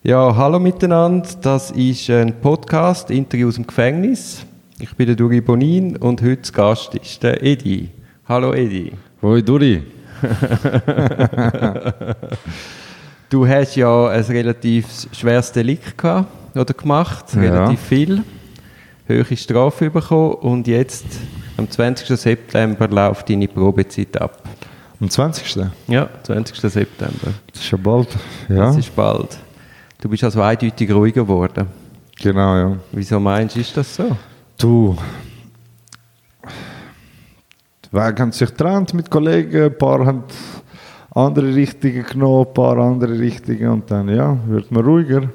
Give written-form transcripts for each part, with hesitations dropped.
Ja, hallo miteinander. Das ist ein Podcast, Interview aus dem Gefängnis. Ich bin der Duri Bonin und heute zu Gast ist der Edi. Hallo Edi. Hoi Duri. Du hast ja ein relativ schweres Delikt gehabt, oder gemacht, relativ viel. Hohe Strafe bekommen und jetzt, am 20. September, läuft deine Probezeit ab. Am 20. Ja, 20. September. Das ist ja bald. Ja. Das ist bald. Du bist also eindeutig ruhiger geworden. Genau, ja. Wieso meinst du, ist das so? Du, die Wege haben sich getrennt mit Kollegen, ein paar haben andere Richtungen genommen, ein paar andere Richtungen und dann, ja, wird man ruhiger.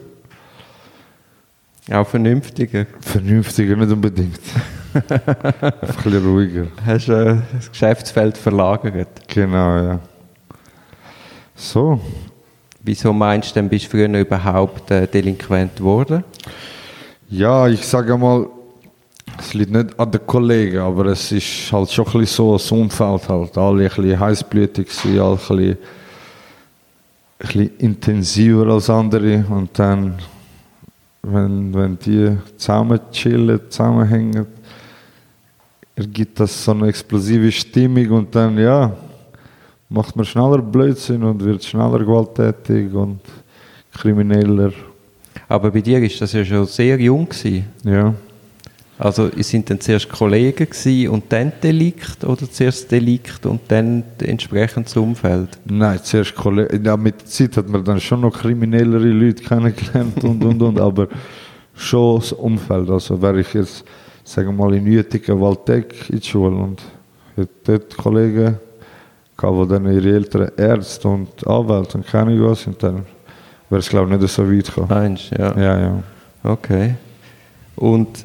Auch vernünftiger? Vernünftiger nicht unbedingt. Ein bisschen ruhiger. Hast du das Geschäftsfeld verlagert? Genau, ja. So. Wieso meinst du denn, bist du früher überhaupt delinquent geworden? Ja, ich sage mal, es liegt nicht an den Kollegen, aber es ist halt schon ein bisschen so das Umfeld halt. Alle ein bisschen heißblütig gewesen, alle ein bisschen intensiver als andere und dann, wenn die zusammen chillen, zusammenhängen, ergibt das so eine explosive Stimmung und dann, ja, macht man schneller Blödsinn und wird schneller gewalttätig und krimineller. Aber bei dir war das ja schon sehr jung gewesen. Ja. Also sind dann zuerst Kollegen gewesen und dann Delikt oder zuerst Delikt und dann entsprechend das Umfeld? Nein, zuerst Kollegen. Ja, mit der Zeit hat man dann schon noch kriminellere Leute kennengelernt und, aber schon das Umfeld. Also wäre ich jetzt, sagen wir mal, in Uetingen, Waldeck in die Schule und hätte dort Kollegen gehabt, die dann ihre Eltern Ärzte und Anwälte und keine Ahnung was und dann wäre es, glaube ich, nicht so weit gekommen. Meinst du? Ja. Ja. Okay. Und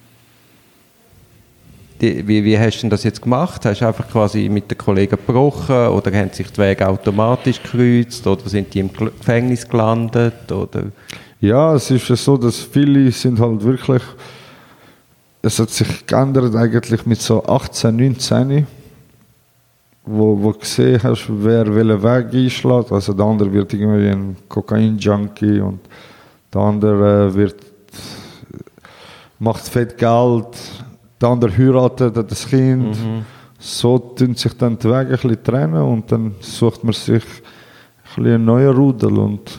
wie hast du denn das jetzt gemacht? Hast du einfach quasi mit den Kollegen gebrochen oder haben sich die Wege automatisch gekreuzt oder sind die im Gefängnis gelandet? Oder? Ja, es ist so, dass viele sind halt wirklich, es hat sich geändert eigentlich mit so 18, 19, wo du gesehen hast, wer welchen Weg einschlägt. Also der andere wird irgendwie ein Kokain-Junkie und der andere macht fett Geld, der andere heiratet das Kind. Mhm. So tun sich dann die Wege ein bisschen trennen und dann sucht man sich ein bisschen einen neuen Rudel und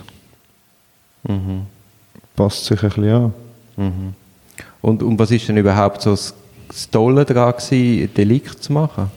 passt sich ein bisschen an. Mhm. Und was ist denn überhaupt so das Tolle daran gewesen, Delikt zu machen?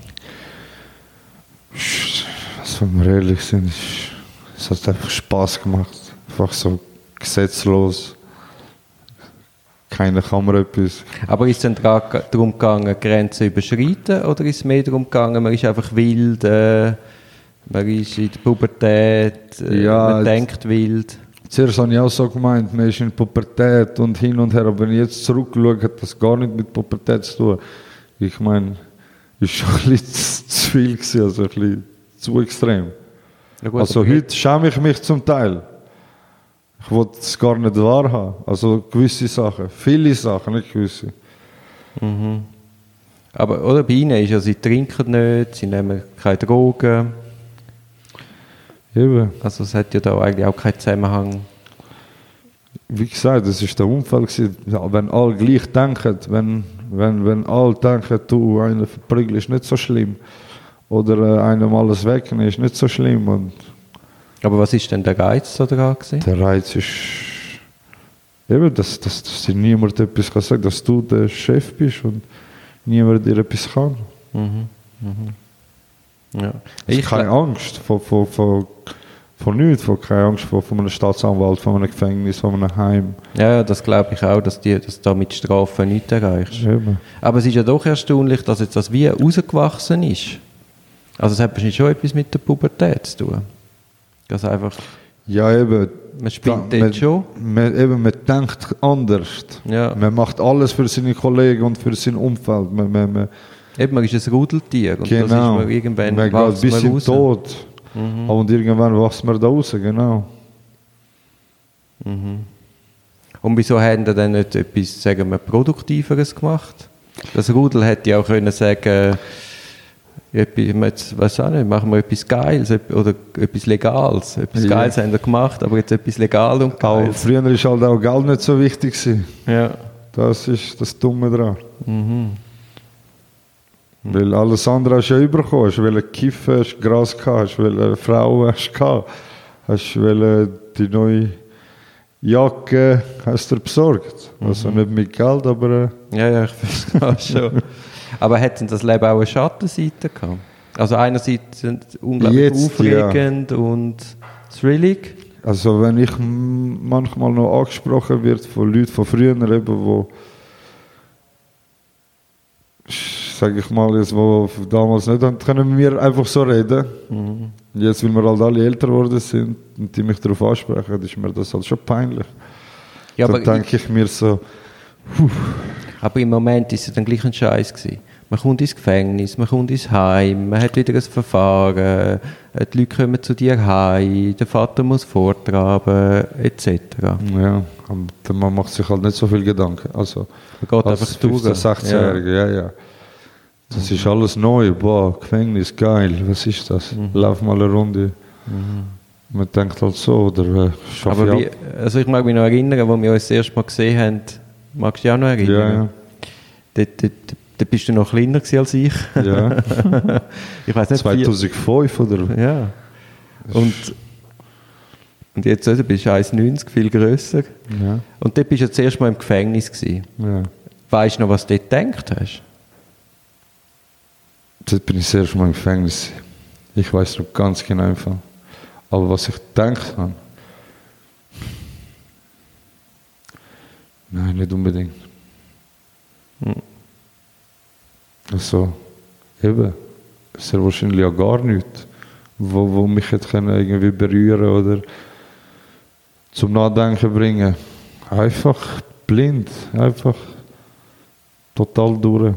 Also, wenn wir ehrlich sind, es hat einfach Spass gemacht. Einfach so gesetzlos. Keiner kann mir etwas. Aber ist es dann darum gegangen, Grenzen zu überschreiten? Oder ist es mehr darum gegangen, man ist einfach wild, man ist in der Pubertät, man denkt wild? Zuerst habe ich auch so gemeint, man ist in der Pubertät und hin und her. Aber wenn ich jetzt zurückschaue, hat das gar nicht mit Pubertät zu tun. Ich meine, ist schon ein bisschen zu viel gewesen, also ein bisschen zu extrem. Ja gut, also heute schäme ich mich zum Teil. Ich wollte es gar nicht wahrhaben. Also gewisse Sachen, viele Sachen, nicht gewisse. Mhm. Aber oder, bei ihnen ist ja, sie trinken nicht, sie nehmen keine Drogen. Eben. Also es hat ja da eigentlich auch keinen Zusammenhang. Wie gesagt, das war der Unfall gewesen. Ja, wenn alle gleich denken, wenn alle denken, du, einer verprügelst, ist nicht so schlimm. Oder einem alles wegnehmen, ist nicht so schlimm. Und aber was ist denn der Reiz da dran gewesen? der Reiz ist eben, dass dir niemand etwas kann sagen, dass du der Chef bist und niemand dir etwas kann. Ja. Ich habe keine Angst von nichts, keine Angst von einem Staatsanwalt, von einem Gefängnis, von einem Heim. Ja, das glaube ich auch, dass da mit Strafen nichts erreichst. Eben. Aber es ist ja doch erstaunlich, dass jetzt das wie rausgewachsen ist. Also es hat wahrscheinlich schon etwas mit der Pubertät zu tun. Das einfach, ja, eben. Man spielt dort schon. Man denkt anders. Ja. Man macht alles für seine Kollegen und für sein Umfeld. Man ist ein Rudeltier. Und genau. Das ist man irgendwann man geht bis in Tod. Und irgendwann wächst man da raus, genau. Und wieso haben die dann nicht etwas, sagen wir, Produktiveres gemacht? Das Rudel hätte ja auch können sagen, Weiß auch nicht, machen wir etwas Geiles oder etwas Legales. Etwas Geiles haben wir gemacht, aber jetzt etwas Legales und Geiles. Früher war halt auch Geld nicht so wichtig. Ja. Das ist das Dumme daran. Weil alles andere hast du ja bekommen. Hast du kiffen, hast Gras gehabt, hast du Frauen gehabt, hast du die neue Jacke hast du besorgt. Also nicht mit Geld, aber... Ja, ich verstehe schon. Aber hat denn das Leben auch eine Schattenseite gehabt? Also einerseits unglaublich aufregend und thrillig. Also wenn ich manchmal noch angesprochen wird von Leuten von früher, eben, wo sage ich mal, jetzt, wo damals nicht, dann können wir einfach so reden. Jetzt, weil wir halt alle älter geworden sind und die mich darauf ansprechen, ist mir das halt schon peinlich. Ja, dann denke ich mir so, aber im Moment ist es dann gleich ein Scheiß gewesen. Man kommt ins Gefängnis, man kommt ins Heim, man hat wieder ein Verfahren, die Leute kommen zu dir heim, der Vater muss vortragen, etc. Ja, aber man macht sich halt nicht so viel Gedanken. Also, man geht als einfach durch. 16-Jährige, ja. Das ist alles neu, boah, Gefängnis, geil, was ist das? Lauf mal eine Runde. Man denkt halt so, oder aber ich mag mich noch erinnern, als wir uns das erste Mal gesehen haben, magst du dich auch noch erinnern? Ja. Da bist du noch kleiner als ich. Ja. Ich weiss nicht, 2005 oder? Ja. Und jetzt bist du 1,90, viel grösser. Ja. Und dort bist du das erste Mal im Gefängnis gewesen. Ja. Weißt du noch, was du dort gedacht hast? Dort bin ich das erste Mal im Gefängnis. Ich weiß noch ganz genau einfach. Aber was ich gedacht habe, nein, nicht unbedingt. Also, eben, sehr wahrscheinlich ja gar nichts, wo mich hätte irgendwie berühren oder zum Nachdenken bringen. Einfach blind, einfach total durch.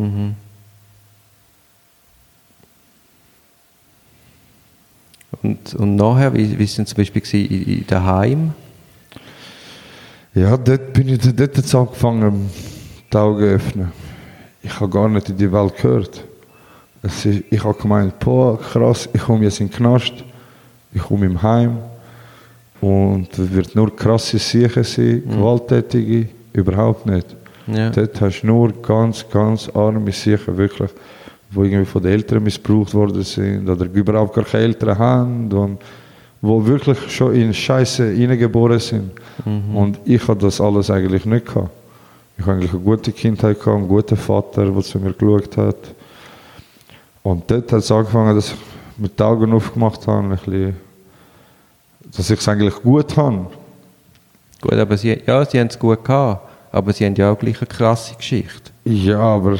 Und nachher, wie war es zum Beispiel in daheim? Ja, dort hat es angefangen, die Augen zu öffnen. Ich habe gar nicht in die Welt gehört. Ich habe gemeint, boah, krass, ich komme jetzt in den Knast, ich komme im Heim und es wird nur krasse Sachen sein, gewalttätige, überhaupt nicht. Ja. Dort hast du nur ganz, ganz arme Sachen, wirklich, die irgendwie von den Eltern missbraucht worden sind oder überhaupt gar keine Eltern haben und die wirklich schon in Scheiße hineingeboren sind. Und ich hatte das alles eigentlich nicht gehabt. Ich hatte eigentlich eine gute Kindheit gehabt, einen guten Vater, der zu mir geschaut hat. Und dort hat es angefangen, dass ich mit den Augen aufgemacht habe, dass ich es eigentlich gut habe. Gut, aber sie haben es gut gehabt, aber sie haben ja auch gleich eine krasse Geschichte. Ja, aber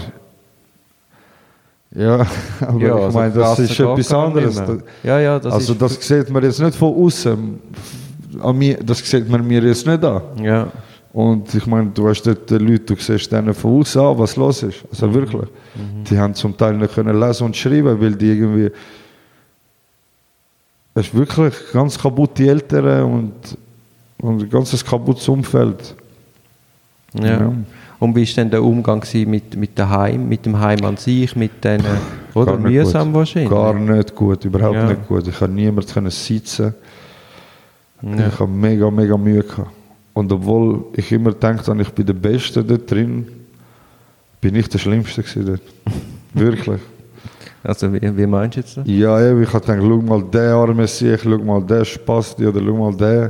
ich meine, das ist etwas anderes. Das sieht man jetzt nicht von außen. Das sieht man mir jetzt nicht an. Ja. Und ich meine, du hast dort Leute, du siehst denen von außen an, was los ist. Also wirklich. Die haben zum Teil nicht können lesen und schreiben, weil die irgendwie... Es ist wirklich ganz kaputte Eltern und ein ganzes kaputtes Umfeld. Ja. Und wie war denn der Umgang mit dem Heim an sich, mit denen, oder? Mühsam gut. Wahrscheinlich? Gar nicht gut, überhaupt nicht gut. Ich konnte niemanden sitzen. Ja. Ich habe mega, mega Mühe gehabt. Und obwohl ich immer gedacht habe, ich bin der Beste dort drin, bin ich der Schlimmste gewesen dort. Wirklich. Also wie meinst du jetzt das? Ja, ich habe gedacht, schau mal den arme Sieg, schau mal den Spasti oder schau mal den.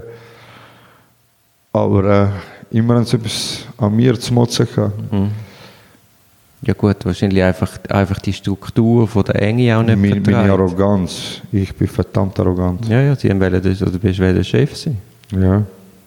Aber immer haben sie etwas an mir zu motzen gehabt. Ja gut, wahrscheinlich einfach die Struktur von der Enge auch nicht vertreibt. Meine Arroganz. Ich bin verdammt arrogant. Ja, sie wollen das, oder bist du der Chef sein. Ja.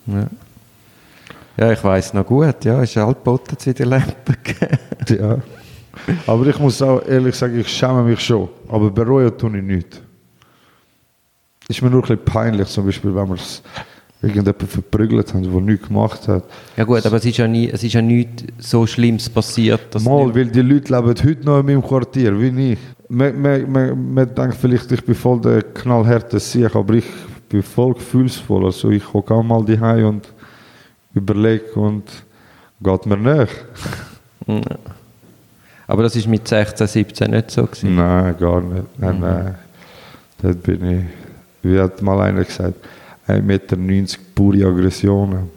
Ja, ich weiss noch gut, ja, ist altboten zu den Lampen gegeben. Ja. Aber ich muss auch ehrlich sagen, ich schäme mich schon. Aber bereuen tue ich nichts. Ist mir nur ein bisschen peinlich, zum Beispiel, wenn wir irgendjemanden verprügelt haben, der nichts gemacht hat. Ja gut, aber es ist ja nichts so Schlimmes passiert. Dass weil die Leute leben heute noch in meinem Quartier, wie ich. Man denkt vielleicht, ich bin voll der knallharte Sieg, aber ich bin voll gefühlsvoll. Also ich hocke auch mal daheim und überlege und geht mir nicht. Aber das war mit 16, 17 nicht so gewesen? Nein, gar nicht. Nein. Dort bin ich, wie hat mal einer gesagt, 1,90 Meter pure Aggressionen.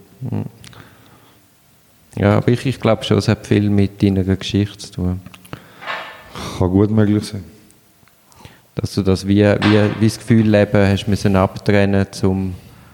Ja, aber ich glaube schon, es hat viel mit deiner Geschichte zu tun. Kann gut möglich sein. Dass du das wie das Gefühl leben hast müssen abtrennen zum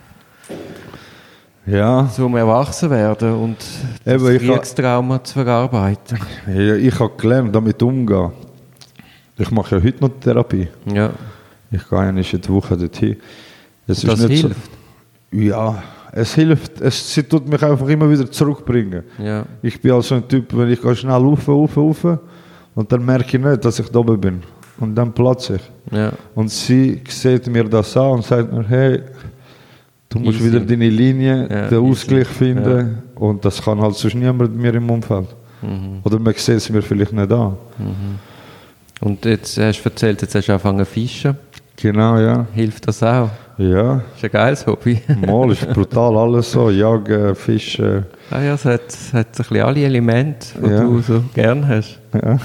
erwachsen werden und das Kriegstrauma zu verarbeiten. Ja, ich habe gelernt, damit umzugehen. Ich mache ja heute noch Therapie. Ja. Ich gehe eigentlich jede Woche dorthin. Das hilft? So, ja, es hilft. Sie tut mich einfach immer wieder zurückbringen. Ja. Ich bin also ein Typ, wenn ich gehe schnell rauf und dann merke ich nicht, dass ich da oben bin. Und dann platze ich. Ja. Und sie sieht mir das an und sagt mir, hey, du musst wieder deine Linie, den Ausgleich finden. Ja. Und das kann halt sonst niemand mir im Umfeld. Oder man sieht es mir vielleicht nicht an. Und jetzt hast du erzählt, jetzt hast du angefangen zu fischen. Genau, ja. Hilft das auch? Ja. Ist ein geiles Hobby. Mal ist brutal alles so, jagen, fischen. Ah ja, es hat ein bisschen alle Elemente, die du so gerne hast. Ja.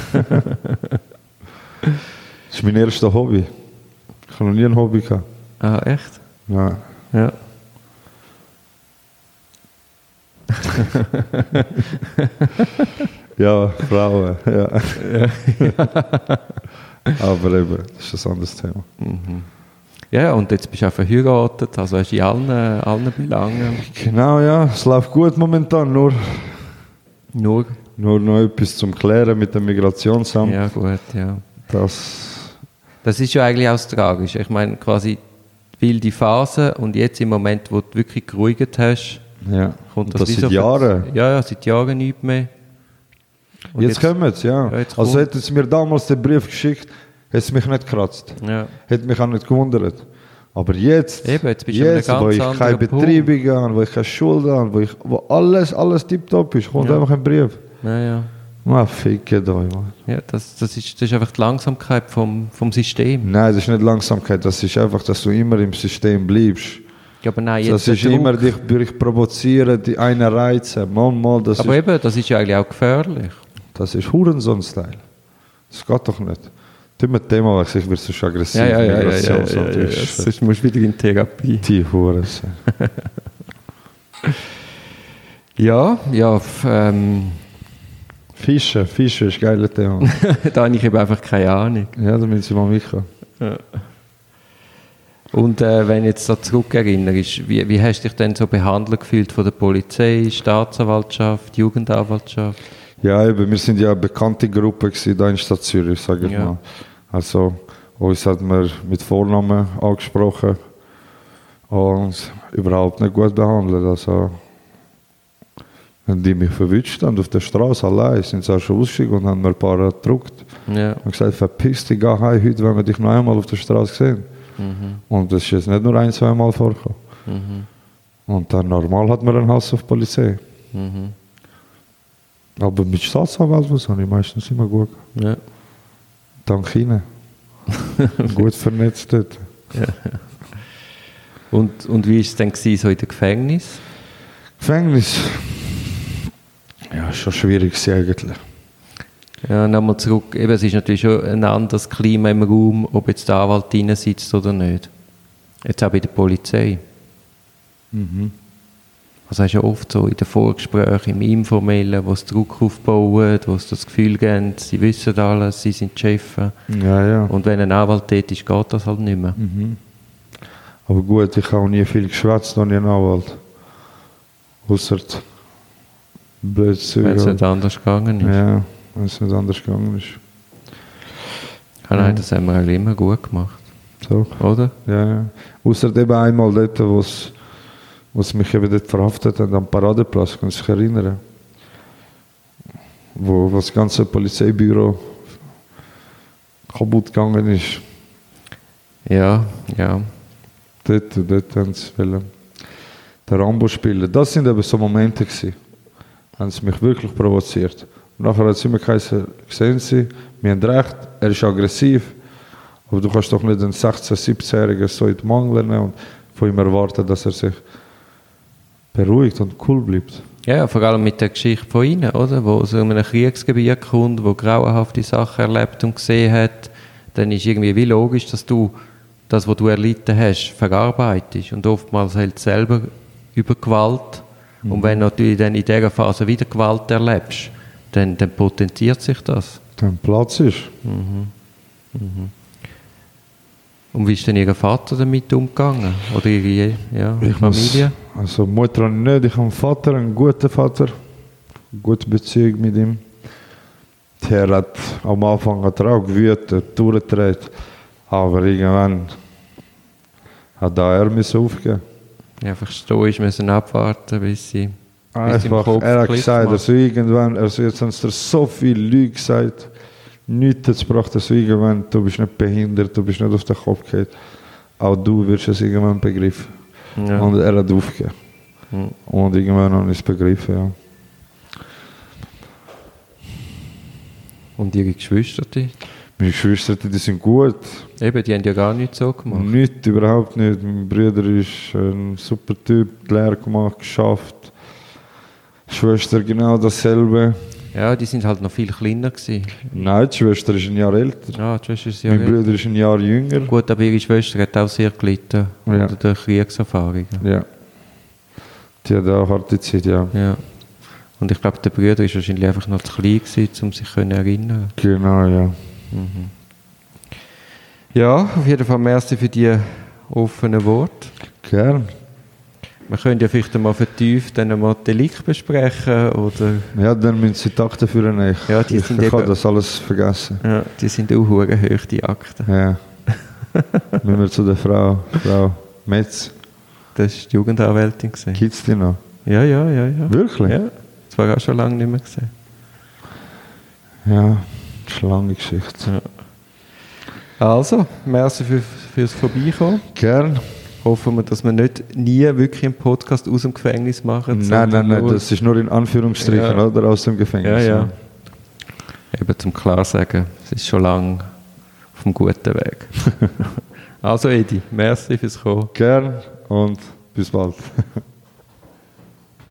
Das ist mein erstes Hobby. Ich habe noch nie ein Hobby gehabt. Ah, echt? Ja. Ja. Ja, Frauen, ja. Aber eben, das ist ein anderes Thema. Ja, und jetzt bist du auch verheiratet, also hast du in allen Belangen. Genau, ja, es läuft gut momentan, nur noch etwas zum Klären mit dem Migrationsamt. Ja, gut, ja. Das ist ja eigentlich auch tragisch. Ich meine, quasi die wilde Phase und jetzt im Moment, wo du wirklich geruhigt hast, kommt das seit Jahren. Ja, seit Jahren nicht mehr. Und jetzt kommen es, ja. Also hätten sie mir damals den Brief geschickt, hätte es mich nicht gekratzt. Ja. Hätte mich auch nicht gewundert. Aber jetzt bist du wo ich keine Betriebe habe, wo ich keine Schulden habe, wo alles tiptop ist, kommt einfach ein Brief. Ja. Ficke da, Mann. Ja, das ist einfach die Langsamkeit vom System. Nein, das ist nicht Langsamkeit, das ist einfach, dass du immer im System bleibst. Ja, aber nein, jetzt das ist immer dich provozieren, die einen reizen. Mal, das aber eben, das ist ja eigentlich auch gefährlich. Das ist Hurensohn-Style. Das geht doch nicht. Tu mir Thema wechseln, ich werde so aggressiv. Ja. Sonst musst du wieder in Therapie. Die Hurensohn. Fischen ist ein geiles Thema. Da habe ich eben einfach keine Ahnung. Ja, da müssen sie mal mitkommen. Ja. Und wenn du jetzt da zurückerinnerst, wie hast du dich denn so behandelt gefühlt von der Polizei, Staatsanwaltschaft, Jugendanwaltschaft? Ja, eben, wir sind ja eine bekannte Gruppe gewesen, da in Stadt Zürich, sage ich mal. Also, uns hat man mit Vornamen angesprochen und überhaupt nicht gut behandelt. Also, wenn die mich verwünscht haben auf der Straße allein, sind sie auch schon ausgestiegen und haben mir ein paar gedruckt. Ja. Und gesagt, verpiss dich, geh heim heute, wenn wir dich noch einmal auf der Straße sehen. Und das ist jetzt nicht nur 1-2 Mal vorgekommen. Und dann normal hat man einen Hass auf die Polizei. Aber mit Staatsanwalt habe ich meistens immer gut. Ja. Dank Ihnen. Gut vernetzt dort. Ja. Und wie war es denn so in dem Gefängnis? Gefängnis? Ja, schon schwierig eigentlich. Ja, nochmal zurück. Eben, es ist natürlich schon ein anderes Klima im Raum, ob jetzt der Anwalt drin sitzt oder nicht. Jetzt auch bei der Polizei. Also hast du ja oft so in den Vorgesprächen, im Informellen, wo es Druck aufbauen, wo es das Gefühl geben, sie wissen alles, sie sind die Chefs. Ja. Und wenn ein Anwalt dort ist, geht das halt nicht mehr. Aber gut, ich habe auch nie viel geschwätzt, noch nie einen Anwalt. Ausser Blödsinn. Wenn es nicht anders gegangen ist. Ja, wenn es nicht anders gegangen ist. Nein, das haben wir eigentlich immer gut gemacht. So. Oder? Ja. Ausser eben einmal dort, wo sie mich eben dort verhaftet haben, am Paradeplatz, kann ich mich erinnern. Wo das ganze Polizeibüro kaputt gegangen ist. Ja. Dort haben sie den Rambo spielen. Das sind eben so Momente gewesen. Haben sie mich wirklich provoziert. Und nachher hat es immer geheißen, sehen Sie, wir haben recht, er ist aggressiv, aber du kannst doch nicht einen 16-, 17-Jährigen so in die Mangel nehmen und von ihm erwarten, dass er sich beruhigt und cool bleibt. Ja, vor allem mit der Geschichte von Ihnen, oder? Wo aus einem Kriegsgebiet kommt, wo grauenhafte Sachen erlebt und gesehen hat, dann ist irgendwie wie logisch, dass du das, was du erlitten hast, verarbeitest. Und oftmals halt selber über Gewalt. Und wenn du natürlich dann in dieser Phase wieder Gewalt erlebst, dann potenziert sich das. Dann Platz ist. Und wie ist denn Ihr Vater damit umgegangen? Oder Ihre Familie? Also Mutter habe ich nicht, ich habe einen Vater, einen guten Vater. Eine gute Beziehung mit ihm. Der hat am Anfang auch gewütet, durchgedreht. Aber irgendwann hat er müssen aufgeben. Ja, einfach stoisch müssen abwarten, bis sie einfach, er hat gesagt, also irgendwann, also jetzt haben es dir so viele Leute gesagt, nichts hat es gebracht, also irgendwann, du bist nicht behindert, du bist nicht auf den Kopf gefallen. Auch du wirst es irgendwann begreifen. Ja. Und er hat aufgegeben. Und irgendwann habe ich es begriffen, ja. Und Ihre Geschwister? Meine Geschwister, die sind gut. Eben, die haben ja gar nichts so gemacht. Nichts, überhaupt nicht. Mein Bruder ist ein super Typ, die Lehre gemacht, geschafft. Die Schwester genau dasselbe. Ja, die sind halt noch viel kleiner gewesen. Nein, die Schwester ist ein Jahr älter. Ah, die Schwester ist ein Jahr älter. Mein Bruder ist ein Jahr jünger. Gut, aber ihre Schwester hat auch sehr gelitten unter der Kriegserfahrung. Ja. Die hat auch harte Zeit, ja. Und ich glaube, der Bruder war wahrscheinlich einfach noch zu klein gewesen, um sich zu erinnern. Genau, ja. Ja, auf jeden Fall merci für die offenen Worte. Gern. Wir können ja vielleicht einmal vertieft dann einmal Delikt besprechen, oder? Ja, dann müssen Sie die Akten für einen Ja, die sind ich habe das alles vergessen. Ja, die sind auch hoch, die Akten. Ja. Müssen wir zu der Frau Metz. Das war die Jugendanwältin. Gibt es die noch? Ja. Wirklich? Ja, das war auch schon lange nicht mehr gesehen. Ja, das ist eine lange Geschichte. Ja. Also, merci fürs Vorbeikommen. Gern. Hoffen wir, dass wir nie wirklich einen Podcast aus dem Gefängnis machen. Nein, das ist nur in Anführungsstrichen, oder? Aus dem Gefängnis. Ja. Eben zum klar sagen, es ist schon lange auf dem guten Weg. Also Edi, merci fürs Kommen. Gern und bis bald.